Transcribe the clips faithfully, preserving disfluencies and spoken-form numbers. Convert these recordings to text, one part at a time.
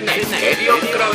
内レディオクラ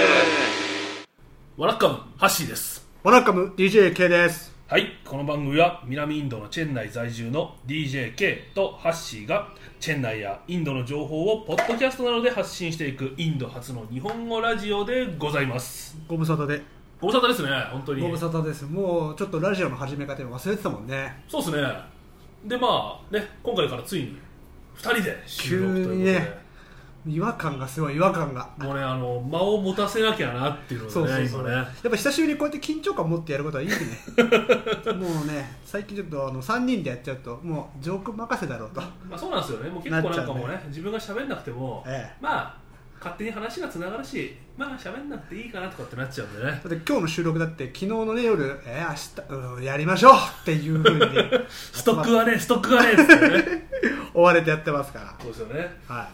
ブ。ワラッカムハッシーです。 ワラッカム ディージェーケー です。 はい、この番組は南インドのチェンナイ在住の ディージェーケー とハッシーがチェンナイやインドの情報をポッドキャストなどで発信していくインド初の日本語ラジオでございます。 ご無沙汰でご無沙汰ですね。本当にご無沙汰です。もうちょっとラジオの始め方忘れてたもんね。 そうですね。でまあね、今回からついにふたりで収録ということで、 ね、違和感がすごい違和感がもうね、あの間を持たせなきゃなっていうのがね、そうそうそう、今ね、やっぱ久しぶりにこうやって緊張感を持ってやることはいいねもうね、最近ちょっとあのさんにんでやっちゃうともうジョーク任せだろうと、 まあ、そうなんですよね。もう結構なんかもうね、自分が喋んなくても、ええ、まあ勝手に話がつながるし、まあ喋んなくていいかなとかってなっちゃうんでね。だって今日の収録だって昨日のね夜、えー、明日、うん、やりましょうっていう風にストックはねストックはねってね追われてやってますから。 そうですよね。 はい。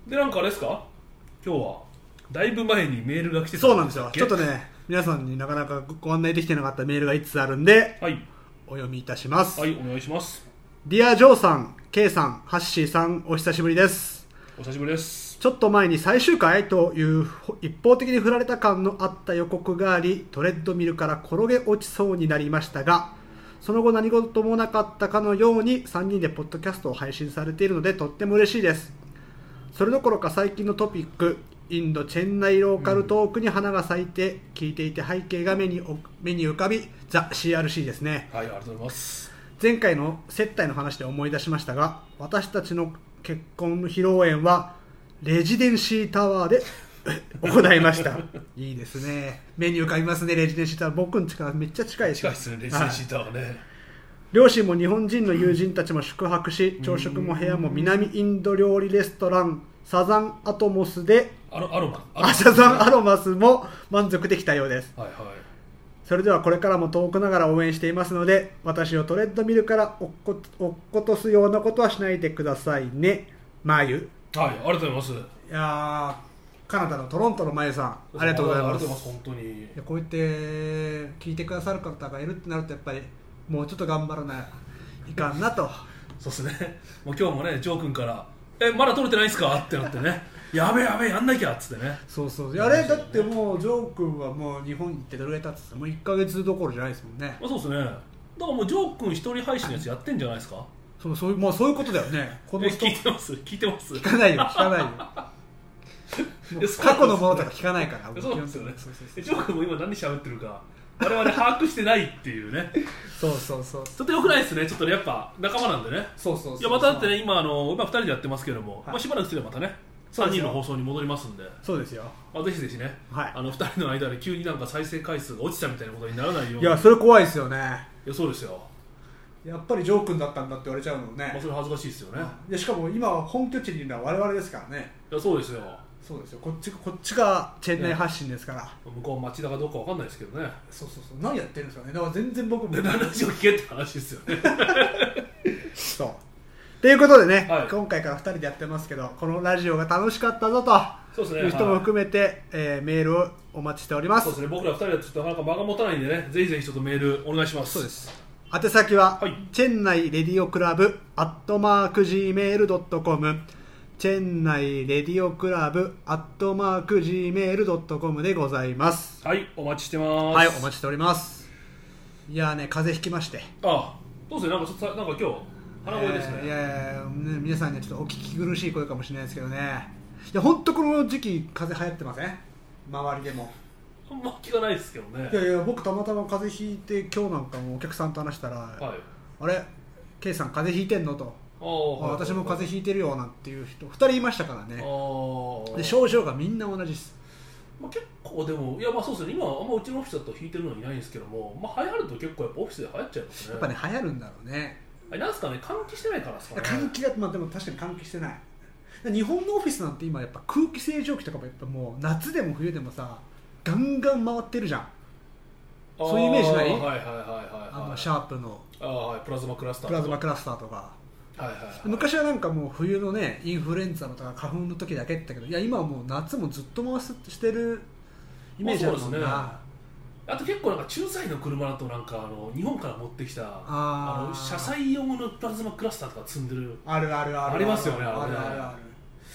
でなんかあれですか、今日はだいぶ前にメールが来てた。 そうなんですよ。ちょっとね、皆さんになかなかご案内できてなかったメールがいつつあるんで、はい、お読みいたします。 はい、お願いします。 ディアジョーさん、K さん、ハッシーさん、お久しぶりです。 お久しぶりです。 ちょっと前に最終回という一方的に振られた感のあった予告があり、トレッドミルから転げ落ちそうになりましたが、その後何事もなかったかのようにさんにんでポッドキャストを配信されているのでとっても嬉しいです。それどころか最近のトピック、インドチェンナイローカルトークに花が咲いて、聞いていて背景が目に目に浮かび、ザ・シーアールシー ですね。 はい、ありがとうございます。 前回の接待の話で思い出しましたが、私たちの結婚の披露宴はレジデンシータワーで行いましたいいですね。目に浮かびますね、レジデンシータワー。僕の家からめっちゃ近いです。 近いですね、レジデンシータワーね、はい。 両親も日本人の友人たちも宿泊し、朝食も部屋も南インド料理レストランサザンアトモスでアロアロマあサザンアロマスも満足できたようです。 はいはい。 それではこれからも遠くながら応援していますので、私をトレッドミルから落っこ、落っことすようなことはしないでくださいね。まゆ。 はい、ありがとうございます。いやカナダのトロントのまゆさん、ありがとうございます。 ありがとうございます。本当に。いや、こうやって聞いてくださる方がいるってなると、やっぱりもうちょっと頑張らないかんなとそうですね。もう今日もね、ジョー君からえまだ撮れてないんすかってなってねやべやべやんなきゃっつってね。 そうそう、あれだってもうジョー君はもう日本に行ってどれぐらい経つってもういっかげつどころじゃないですもんね。 まあ、そうですね。だからもうジョー君一人配信のやつやってんじゃないですか。 そうそう、まあ、そういうことだよね。この聞いてます聞いてます聞かないよ聞かないよ過去のものとか聞かないからそうですよね。ジョー君も今何喋ってるか我々把握してないっていうねそうそうそう、 ちょっと良くないですね。ちょっと、ね、やっぱ仲間なんでね。 そうそうそうそう、 いやまただってね、今あの今ふたりでやってますけども、はい、まあ、しばらくすればまたねさんにんの放送に戻りますんで。 そうですよ、 まあ、ぜひぜひね、はい、あのふたりの間で急になんか再生回数が落ちたみたいなことにならないように。 いやそれ怖いですよね。 いやそうですよ。 やっぱりジョー君だったんだって言われちゃうのね。 まあ、それ恥ずかしいですよね。 でしかも今本拠地にいるのは我々ですからね。 いやそうですよ。 そうですよ。こっちこっちがチェンナイ発信ですから、ね、 向こう町田かどうかわかんないですけどね。 そうそうそう、何やってるんですかね。だから全然僕も話を聞けって話ですよねそうということでね、 はい、 今回からふたりでやってますけど、このラジオが楽しかったぞとそうですね、 いう人も含めて、はい、えー、メールをお待ちしております。 そうですね、僕らふたりはちょっとなかなか間が持たないんでね、ぜひぜひちょっとメールお願いします。 そうです。宛先は、はい、チェンナイレディオクラブアットマーク ジーメールドットコム チェンナイレディオクラブアットマーク ジーメールドットコム でございます。 はい、お待ちしてます。 はい、お待ちしております。いやーね、風邪ひきまして。 ああ、どうせなんかちょっとなんか今日鼻声ですね。 えー、いやいやいや、ね、皆さんにはちょっとお聞き苦しい声かもしれないですけどね。いや本当この時期風邪流行ってません？周りでも。 あんま気がないですけどね。 いやいや、僕たまたま風邪ひいて今日なんかもお客さんと話したら、はい、あれ K さん風邪ひいてんのと、あ、私も風邪ひいてるよなんていう人ふたりいましたからね。あで症状がみんな同じです。 まあ、結構でもいやまあそうですね、今あんまうちのオフィスだと引いてるのいないんですけども、まあ、流行ると結構やっぱオフィスで流行っちゃいますね。 やっぱね流行るんだろうね。 あれなんですかね、換気してないからですかね。 換気が、まあ、でも確かに換気してない。日本のオフィスなんて今やっぱ空気清浄機とかもやっぱもう夏でも冬でもさガンガン回ってるじゃん。そういうイメージない？はいはいはいはい、あのシャープのあ、はい、プラズマクラスタープラズマクラスターとか、 はいはいはい、 昔はなんかもう冬のねインフルエンザのとか花粉の時だけって言ったけど、いや今はもう夏もずっと回してるイメージあるもんな。まあそうですね。 あと結構なんか駐在の車だとなんかあの日本から持ってきたあの車載用のプラズマクラスターとか積んでるあるあるあるありますよね。あるあるあるある。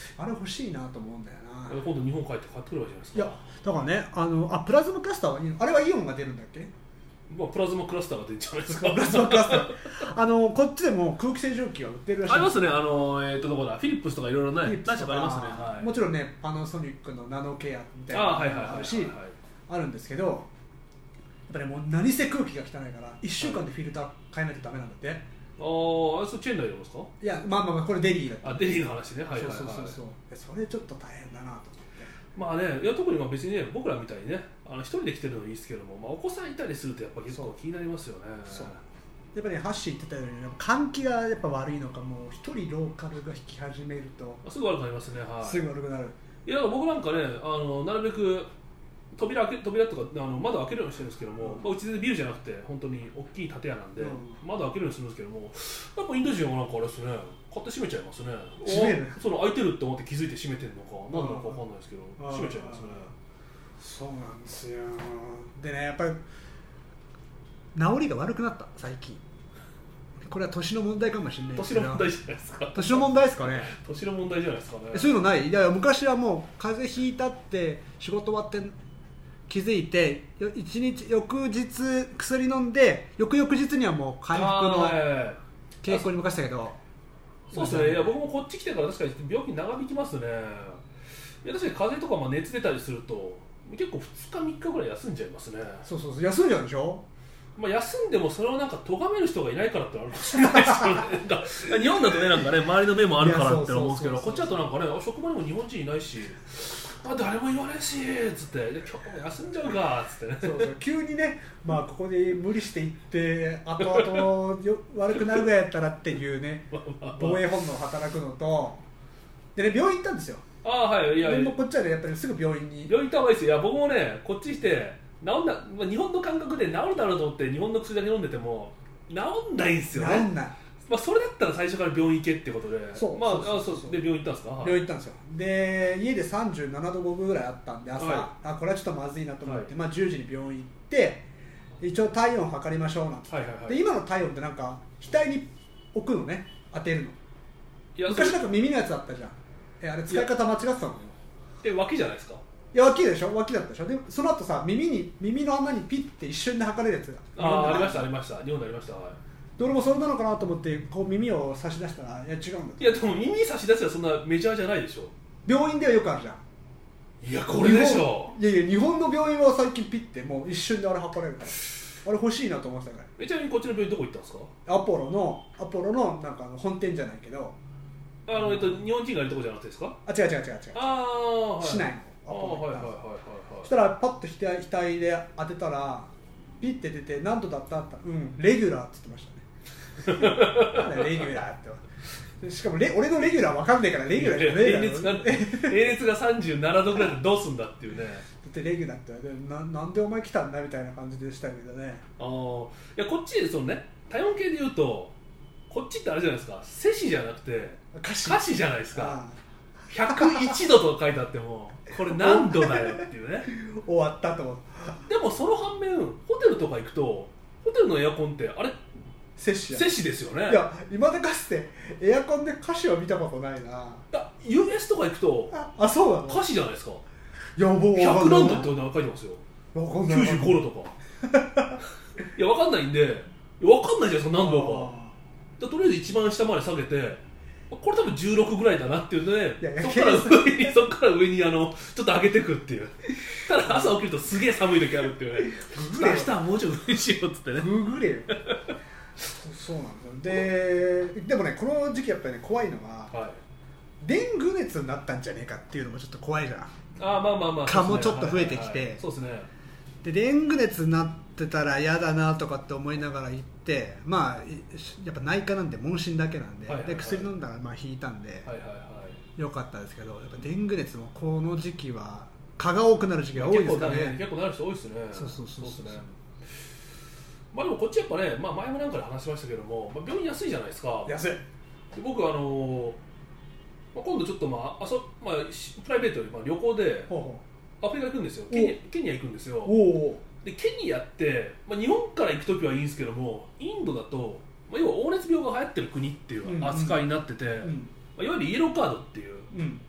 あれ欲しいなと思うんだよな。 今度日本帰って買ってくればいいじゃないですか。 いやだからね、あのあプラズマクラスターはいいの、あれはイオンが出るんだっけ。 まあ、プラズマクラスターが出るんじゃないですか。 プラズマクラスターあのこっちでも空気清浄機が売ってるらしい。 ありますね、あのえー、とどこだ、フィリップスとかいろいろね、 フィリップスとか何社かありますね、はい、 もちろんねパナソニックのナノケアみたいなのあ、はいはいはいはい、 もあるし、あるんですけど、やっぱり、ね、もう何せ空気が汚いからいっしゅうかんでフィルター変えないとダメなんだって。はい、 ああ、それチェーン内でですか。 いや、まあまあまあこれデリーだった。 あ、デリーの話ね、はいはいはい、 そうそうそうそう、それちょっと大変だなと思って。 まあね、いや特にまあ別にね、僕らみたいにね、あの一人で来てるのもいいですけども、まあ、お子さんいたりするとやっぱ結構気になりますよね。 そうやっぱり、ね、ハッシー言ってたように換気がやっぱ悪いのか、もう一人ローカルが引き始めるとすぐ悪くなりますね、はい、 すぐ悪くなる。 いや僕なんかね、あのなるべく扉開け扉とかあの窓開けるようにしてるんですけども、うんまあ、うちでビルじゃなくて本当に大きい建屋なんで、うん、窓開けるようにするんですけども、やっぱインド人はなんかあれですね、買って閉めちゃいますね。 閉めるその開いてるって思って気づいて閉めてるのか何なのか分かんないですけど、閉めちゃいますね。 そうなんですよ。でね、やっぱり治りが悪くなった最近。これは年の問題かもしれないですけど。 年の問題じゃないですか。 年の問題ですかね。 年の問題じゃないですかね。 そういうのない。いや昔はもう風邪ひいたって仕事終わって気づいて一日翌日薬飲んで翌々日にはもう回復の傾向に向かしたけど。 そうですね。いや僕もこっち来てから確かに病気長引きますね。いや確かに風邪とかまあ熱出たりすると結構ふつかみっかぐらい休んじゃいますね。 そうそうそう、休んじゃうでしょ。 まあ、休んでもそれをなんか咎める人がいないからってあるかもしれないですけどね。日本だとね、なんかね、周りの目もあるからって思うんですけど、こっちだとなんかね、職場にも日本人いないし、あ誰も言わないしっつって、で今日も休んじゃうかっつってね。 そうそう急にね、まあ、ここで無理していって後々よ悪くなるぐらいやったらっていうね防衛本能働くのとで、ね、病院行ったんですよ。 ああはい、いやでもこっちはねやっぱりすぐ病院に病院行った方がいいですよ。いや僕もねこっち来て治んな、まあ、日本の感覚で治るだろうと思って日本の薬だけ飲んでても治んないんですよね。 治んない。 まあ、それだったら最初から病院行けってことで、 そうまあ、 そうそうそうそうで病院行ったんですか。 病院行ったんですよ。で家でさんじゅうななどごぶぐらいあったんで朝、 はあこれはちょっとまずいなと思って、 はいまあ、じゅうじに病院行って一応体温を測りましょうなんて、 はいはいはい、 で今の体温ってなんか額に置くのね、当てるの。 いや昔なんか耳のやつあったじゃん。えあれ使い方間違ってたのよ。 え脇じゃないですか。 いや脇でしょ、脇だったでしょ。でその後さ耳に耳の穴にピッて一瞬で測れるやつがああありましたありました、日本でありました。はい、 で俺もそれなのかなと思ってこう耳を差し出したらいや違うんだ。 いやでも耳差し出すはそんなメジャーじゃないでしょ。 病院ではよくあるじゃん。 いやこれでしょ。 いやいや日本の病院は最近ピッてもう一瞬であれ測れるからあれ欲しいなと思ってたから。 えちなみにこっちの病院どこ行ったんですか。 アポロのアポロのなんかあの本店じゃないけどあの、えっと、日本人がいるとこじゃなくてですか。 あ違う違う違う違うああ、はい、 市内のあアポロはいはいはいはいはい。 そしたらパッと額額で当てたらピッて出て何度だったってうんレギュラーって言ってましたね。なんだレギュラーってしかもレ俺のレギュラーわかんないからレギュラーじゃねえだろ。 平熱が平熱がさんじゅうななどぐらいでどうすんだっていうね。 だってレギュラーって言われて な, なんでお前来たんだみたいな感じでしたけどね。 ああいやこっちでそのね体温計で言うとこっちってあれじゃないですか、セシじゃなくて歌詞歌詞じゃないですか。ひゃくいちどとか書いてあってもこれ何度だよっていうね。 終わったと思って。 でもその反面ホテルとか行くとホテルのエアコンってあれ摂氏摂氏ですよね。 いや今でかつてエアコンで歌詞は見たことないな。 あ ユーエス とか行くとああそうなの歌詞じゃないですか。 いやもうひゃく何度って書いてますよ。 わかんないきゅうじゅうごどとかいやわかんないんでわかんないじゃないですか何度か。とりあえず一番下まで下げてこれ多分じゅうろくぐらいだなっていうので、 いやいやそこから上にそこから上にあのちょっと上げてくっていう。ただ朝起きるとすげえ寒い時あるっていうね。明日はもうちょい上にしようっつってね。 ググれよ。そうなんだよ。ででもねこの時期やっぱりね怖いのが、はい、デング熱になったんじゃねえかっていうのもちょっと怖いじゃん。 ああまあまあまあ。 蚊もちょっと増えてきて。 そうですね。 でデング熱になってたら嫌だなとかって思いながら行ってまあやっぱ内科なんで問診だけなんで、はいはいはい、で薬飲んだらまあ引いたんで、はいはいはい、よかったですけどやっぱデング熱もこの時期は蚊が多くなる時期が多いですからね。 結構なる人多いですね。 そうそうそうそうそう。 まあでもこっちやっぱね、まあ、前もなんかで話しましたけども、まあ、病院安いじゃないですか。 安い。 で僕あの、まあ、今度ちょっとまああそ、まあ、プライベートで、まあ、旅行でほうほうアフリカ行くんですよ。ケニア、ケニア行くんですよ。おでケニアって、まあ、日本から行くときはいいんですけどもインドだと、まあ、要は黄熱病が流行ってる国っていう扱いになってて、うんうんまあ、いわゆるイエローカードっていう、うん、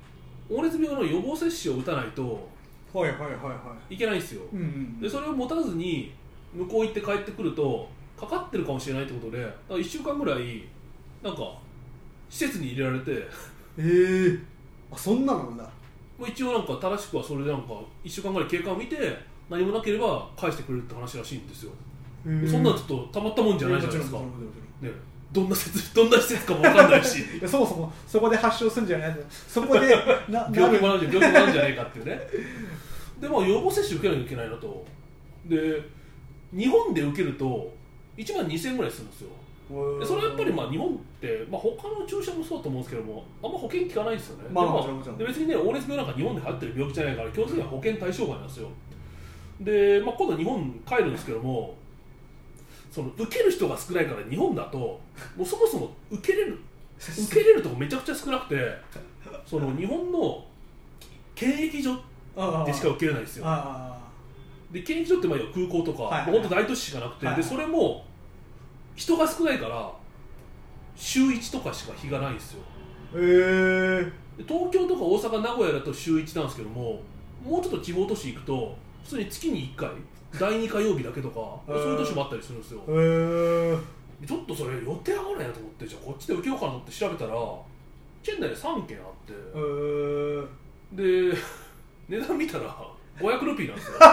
黄熱病の予防接種を打たないとはいはいはいはいいけないんですよ、 うんうん、 でそれを持たずに向こう行って帰ってくるとかかってるかもしれないってことで、だからいっしゅうかんぐらいなんか施設に入れられてえー、あそんなのなんだ。 もう一応なんか正しくはそれでなんかいっしゅうかんぐらい経過を見て何もなければ返してくれるって話らしいんですよ。そんなんちょっとたまったもんじゃないじゃないですか、ね、どんな施どんな施設かも分かんないしいやそもそもそこで発症するんじゃないそこでな病気もなんじゃ病気もなんじゃねえかっていうねでも予防接種受けなきゃいけないなと。で日本で受けるといちまんにせんえんぐらいするんですよ。でそれはやっぱりまあ日本って、まあ、他の注射もそうだと思うんですけどもあんま保険効かないんですよね、 まあ、 でもちろんもちろんで別にね黄熱病なんか日本で流行ってる病気じゃないから基本的には保険対象外なんですよ。で、まあ、今度日本帰るんですけどもその受ける人が少ないから日本だともうそもそも受けれる受けれるとこめちゃくちゃ少なくてその日本の検疫所でしか受けれないんですよ。で検疫所ってまあ空港とか、はいはい、本当大都市しかなくて、はいはい、でそれも人が少ないから週いちとかしか日がないんですよ。 へー。 東京とか大阪名古屋だと週いちなんですけどももうちょっと地方都市行くと普通に月にいっかいだいに火曜日だけとかそういう年もあったりするんですよ。へー。ちょっとそれ予定合わないなと思ってじゃあこっちで受けようかなって調べたらチェン内でさんけんあって、へー。で値段見たらごひゃくルピーなんですよ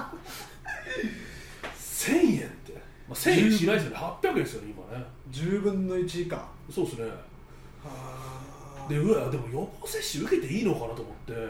せんえんって、まあ、せんえんしないですよね。はっぴゃくえんですよね今ね。 じゅうぶんのいち以下。 そうですね。はでうわでも予防接種受けていいのかなと思って、うん、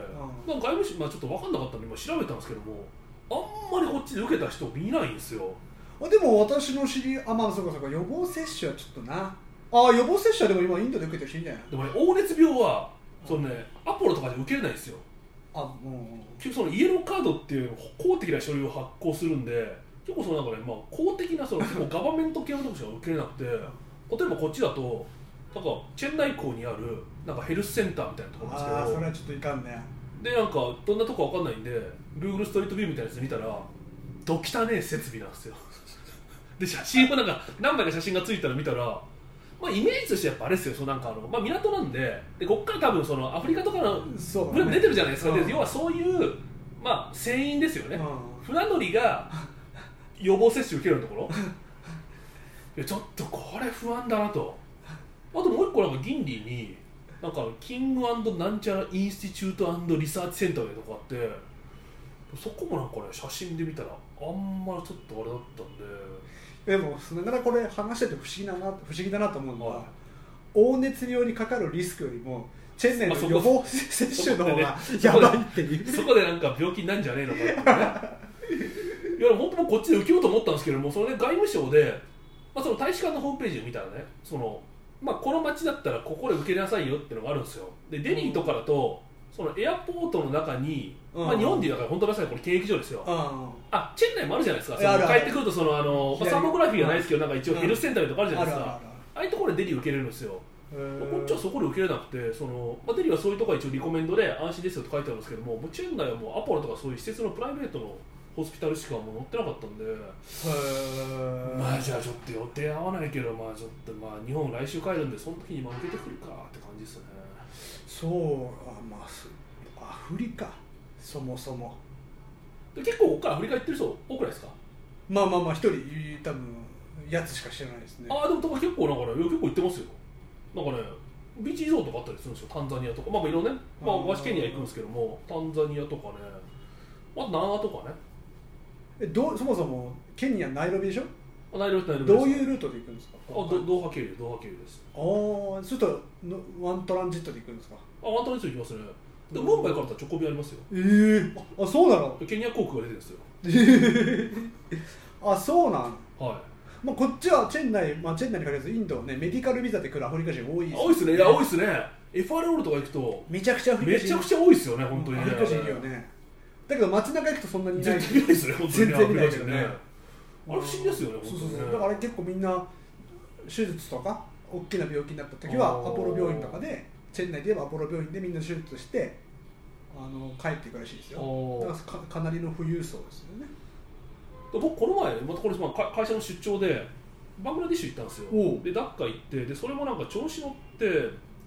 なんか外務省、まあ、ちょっと分かんなかったんで今調べたんですけどもあんまりこっちで受けた人見ないんですよ。 あでも私の知りあまあそうかそうか予防接種はちょっとなあ予防接種はでも今インドで受けてる人いるんじゃない。 でもね黄熱病はその、ね、アポロとかで受けれないんですよ。あもう結構そのイエローカードっていう公的な書類を発行するんで結構そのなんかね、まあ、公的なその結構ガバメント系のとこしか受けれなくて例えばこっちだとなんかチェンナイ港にあるなんかヘルスセンターみたいなところなんですけどあそれはちょっといかんね。 でなんかどんなとこかわかんないんで Google ストリートビューみたいなやつ見たらど汚ねえ設備なんですよで写真もなんか何枚か写真がついたら見たらまあ、イメージとしてやっぱあれですよ、そのなんかあの、まあ、港なんで、でこっから多分そのアフリカとかのグループ出てるじゃないですか、ね、で要はそういう、まあ、船員ですよね、船乗りが予防接種受けるところいやちょっとこれ不安だなと。あともう一個なんか銀利になんかキング&なんちゃらインスティチュート&リサーチセンターみたいなとこあってそこもなんかね写真で見たらあんまりちょっとあれだったんで。 でもなかなかこれ話してて不思議だな不思議だなと思うのは、はい、黄熱病にかかるリスクよりもチェン内の予防接種の方がやばいっていうそこでなんか病気になるんじゃねえのかってねいや本当もこっちで受けようと思ったんですけどもそれ、ね、外務省で、まあ、その大使館のホームページを見たらねその、まあ、この町だったらここで受けなさいよっていうのがあるんですよ。でデリーとかだとそのエアポートの中に、うんまあ、日本でいうだから本当の話はこれ検疫所ですよ、うん、あチェン内もあるじゃないですか。その帰ってくるとそのあの、まあ、サーモグラフィーがないですけどなんか一応ヘルスセンターとかあるじゃないですか、うん、ああいうところでデリー受けれるんですよ。こっちはそこで受けれなくてその、まあ、デリーはそういうところは一応リコメンドで安心ですよって書いてあるんですけどももうチェン内はもうアポロとかそういう施設のプライベートのホスピタルしかもう載ってなかったんでへまあじゃあちょっと予定合わないけどまあちょっとまあ日本来週帰るんでその時にまあ受けてくるかって感じですね。 そうあまあアフリカそもそもで結構ここからアフリカ行ってる人多くないですか。 まあまあまあ一人多分やつしか知らないですね。 ああでも多分結構なんかね結構行ってますよ。なんかねビーチリゾートがあったりするんですよ。タンザニアとかまあいろいろねまあ私ケニア行くんですけどもタンザニアとかねあと南アとかねえどそもそもケニアナイロビでしょ。 ナイロビナイロビどういうルートで行くんですか。 あドドーハ経由ドーハ経由です。 ああそれとワントランジットで行くんですか。 あワントランジット行きますね。でムンバイからだったら直行便ありますよ。 ええー、あ, あそうなの。 ケニア航空が出てるんですよ。 えー、あそうなん。 はい。 まあこっちはチェン内まあチェン内に限らずインドねメディカルビザで来るアフリカ人多いです、ね。 多いですね。いや多いですね。エフアールオー とか行くとめちゃくちゃアフリカ人めちゃくちゃ多いですよね本当にね。 アフリカ人いるよね。だけど街中行くとそんなにいない。 全然いないですね本当にね。 全然いないですよね。 あれ不思議ですよね本当にね。 そうそうそうだからあれ結構みんな手術とか大きな病気になった時はアポロ病院とかでチェン内で言えばアポロ病院でみんな手術してあの帰っていくらしいですよ。だから か, かなりの富裕層ですよね。 僕この前またこれ会社の出張でバングラディッシュ行ったんですよ。でダッカ行ってでそれもなんか調子乗って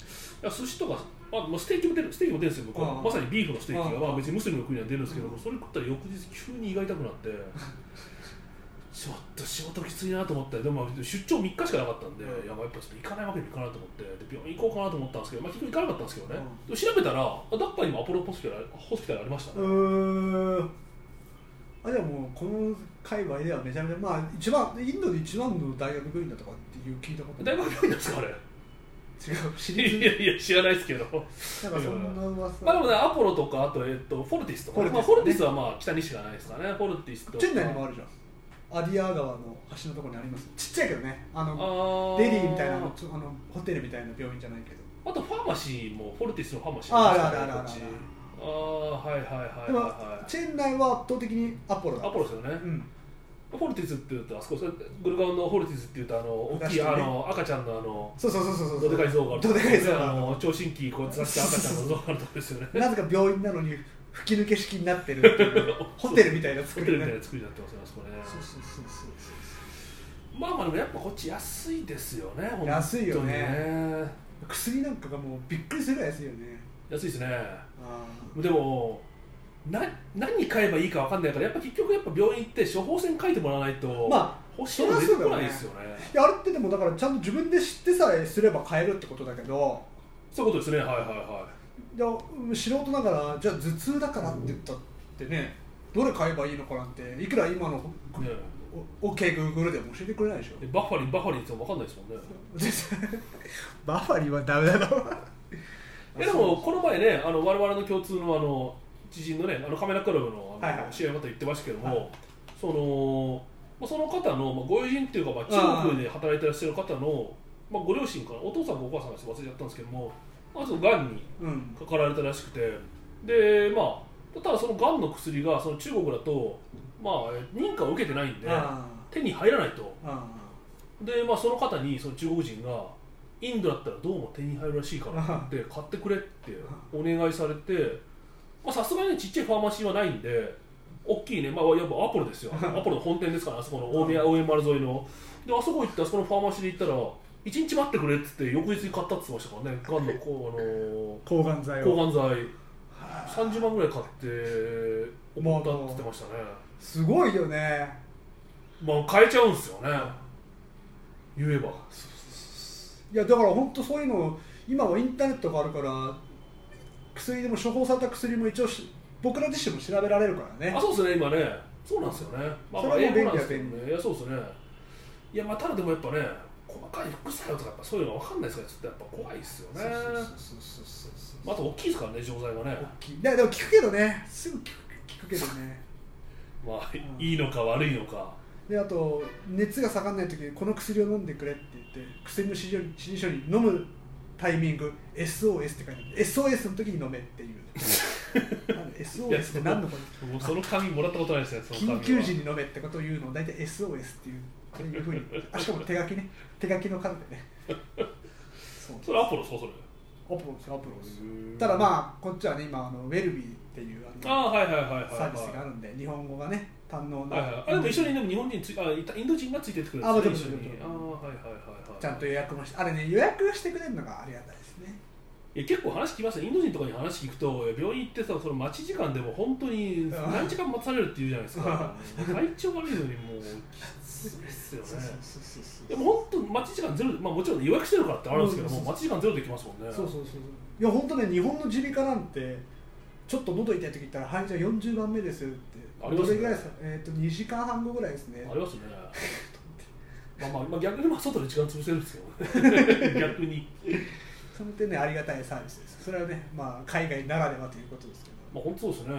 や寿司とか、まあ、ステーキも出るステーキも出るんですよ僕は。まさにビーフのステーキが、まあ、別にムスリムの国には出るんですけども、それ食ったら翌日急に胃が痛くなってちょっと仕事きついなと思って、でも出張みっかしかなかったんで、いややっぱちょっと行かないわけにいかないと思って、で病院行こうかなと思ったんですけど、まあ、結局行かなかったんですけどね、うん、で調べたらダッカにもアポロホスピタルホスピタルありましたね。うーん、あでもこの界隈ではめちゃめちゃ、まあ一番インドで一番の大学病院だとかっていう聞いたこと大学病院なんですかあれ。 違う、私立いやいや知らないですけど、なんかそんな噂。 まあでもね、アポロとかあと、えっと、フォルティスとか、フォルティス、ね、まあ、フォルティスはまあ北にしかないですからね。フォルティスとかチェンナイにもあるじゃん、アディア川の橋のところにあります。ちっちゃいけどね、あのデリーみたいなあのホテルみたいな病院じゃないけど、 あとファーマシーもフォルティスのファーマシーあああるあるあるある。 ああはいはいはいはい、 でもはい、 チェンナイは圧倒的にアポロだ。 アポロですよね、うん、フォルティスっていうとあそこグルガオのフォルティスっていうとあの大きい、ね、あの赤ちゃんのあのそうそうそうそうどでかい像がある、 どでかい像がある、 聴診器こう刺した赤ちゃんの像があるところですよね。 なぜか病院なのに吹き抜け式になってるっていうホテルみたいな作り、 ね、ホテルみたいな作りになってますね、あそこね。そうそうそうそう。まあまあでもやっぱこっち安いですよね。 安いよね。薬なんかがもうびっくりするぐらい安いよね。 安いですね。でもな何買えばいいか分かんないから、やっぱ結局やっぱ病院行って処方箋書いてもらわないと、まあ欲しいの出てこないですよね。 いやあれってでもだからちゃんと自分で知ってさえすれば買えるってことだけど。 そういうことですね。はいはいはい。 いや素人ながらじゃあ頭痛だからって言ったってね、どれ買えばいいのかなんていくら今の、ね、OK グーグルでも教えてくれないでしょ。 バッファリンバッファリンって分かんないですもんね。 バッファリンはダメだろ。 えでもこの前ね、あの我々の共通のあの知人のね、あのカメラクラブのあの、はいはい、試合また言ってましたけども、はい、そのその方の、まあ、ご友人っていうか、まあ、中国で働いてらっしゃる方の、まあ、ご両親からお父さんかお母さんか忘れちゃったんですけども、まずがんにかかられたらしくて、うん、でまあただそのがんの薬がその中国だと、まあ、認可を受けてないんで手に入らないと。で、まあ、その方にその中国人がインドだったらどうも手に入るらしいからって買ってくれってお願いされて、さすがにちっちゃいファーマシーはないんで大きいね、まあ、やっぱアポロですよ。アポロの本店ですから、あそこの大宮丸沿いので、あそこ行ってあそこのファーマシーで行ったらいちにち待ってくれっつって翌日に買ったって言ってましたからね。がんのこう、あのー、 抗がん剤を抗がん剤さんじゅうまんぐらい買って思ったって言ってましたね。 すごいよね。 まあ買えちゃうんですよね、言えば。 いやだから本当そういうの今はインターネットがあるから薬でも処方された薬も一応僕ら自身も調べられるからね。 あ、そうですね、今ね。そうなんですよね。まあ、まあ英語なんですけどね。いや、そうですね。いや、まあ、ただでもやっぱね、細かい副作用とかやっぱそういうのが分かんないですから、ちょっとやっぱ怖いですよね。あと大きいですからね、錠剤がね。 大きい。いや、でも効くけどね、すぐ効くけどね。 まあ、うん、いいのか悪いのか。 で、あと、熱が下がらないときに、この薬を飲んでくれって言って、薬の指示書に飲むタイミング、エスオーエス って書いてある。エスオーエス の時に飲めっていう。エスオーエス って何のこと？ その紙もらったことないですね。 緊急時に飲めってことを言うのを大体 エスオーエス っていうこういうふうに、あしかも手書きね、手書きの紙でね。 そうそれアポロそうそれ。 アポロですアポロです。ただまあこっちはね今あのウェルビーっていうあのあはいはいはいはいサービスがあるんで日本語がね堪能な。 はいはい。あでも一緒にでも日本人つあインド人がついてってくれる。 あもちろん一緒に。あはいはいはいはい。 ちゃんと予約もしてあれね予約してくれるのがありがたいですね。 いや結構話聞きますね。インド人とかに話聞くと病院行ってさその待ち時間でも本当に何時間待たれるって言うじゃないですか。体調悪いのにもうきついですよね。でも本当待ち時間ゼロで、まあもちろん予約してるからってあるんですけども、待ち時間ゼロできますもんね。 そうそうそうそう。いや本当ね日本の耳鼻科なんてちょっと喉痛い時言ったらはいじゃあよんじゅうばんめですってありますね。どれぐらいですか。えっとにじかんはんごぐらいですね。 ありますね。まあまあまあ逆にまあ外で時間潰せるんですけどね。逆に。 その点ねありがたいサービスです。それはねまあ海外ならではということですけど。 まあ本当そうですね。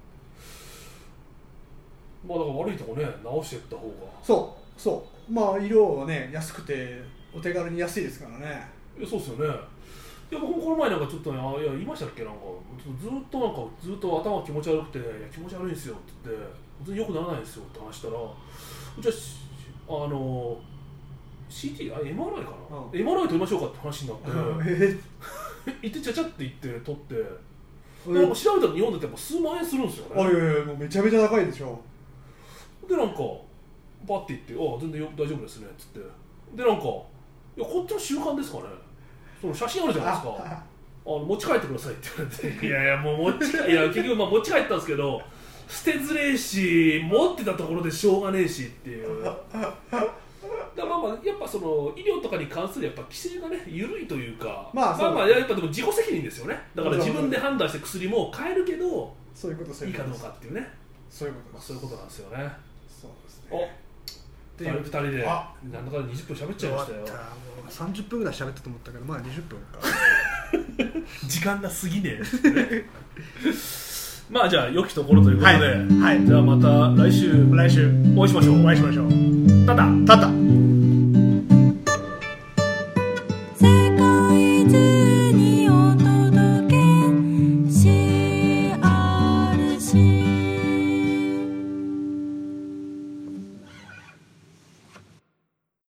まあだから悪いとこね直していった方が。 そうそうまあ医療はね安くてお手軽に安いですからね。 いやそうですよね。いや僕もこの前なんかちょっとねあいや言いましたっけなんかずっとなんかずっと頭が気持ち悪くていや気持ち悪いんですよって言って全然良くならないんですよって話したらじゃああの シーティー あ エムアールアイ かな、うん、エムアールアイ 取りましょうかって話になって、うん、行ってちゃちゃって行って取ってなんか調べたら日本だってやっぱ数万円するんですよね。 あいやいやもうめちゃめちゃ高いでしょ。 でなんかバッて行ってあ全然大丈夫ですねっつってでなんかいやこっちの習慣ですかねその写真あるじゃないですか、あの持ち帰ってくださいって言われていやいやもう持ちいや結局まあ持ち帰ったんですけど、捨てずれえし持ってたところでしょうがねえしっていうだからまあまあやっぱその医療とかに関するやっぱ規制がね緩いというか、 まあまあまあやっぱでも自己責任ですよね。だから自分で判断して薬も変えるけどそういうことそういいうかいことどうかっていうね、 そういうことまあ、そういうことなんですよね。 そうですね。 おっていうふたりであなんだかんだにじゅっぷん喋っちゃいましたよ。 もうさんじゅっぷんぐらい喋ったと思ったけど、まあにじゅっぷんか時間が過ぎねえまあじゃあ良きところということで、 はいはい、 じゃあまた来週来週お会いしましょう。 お会いしましょう。 ただただ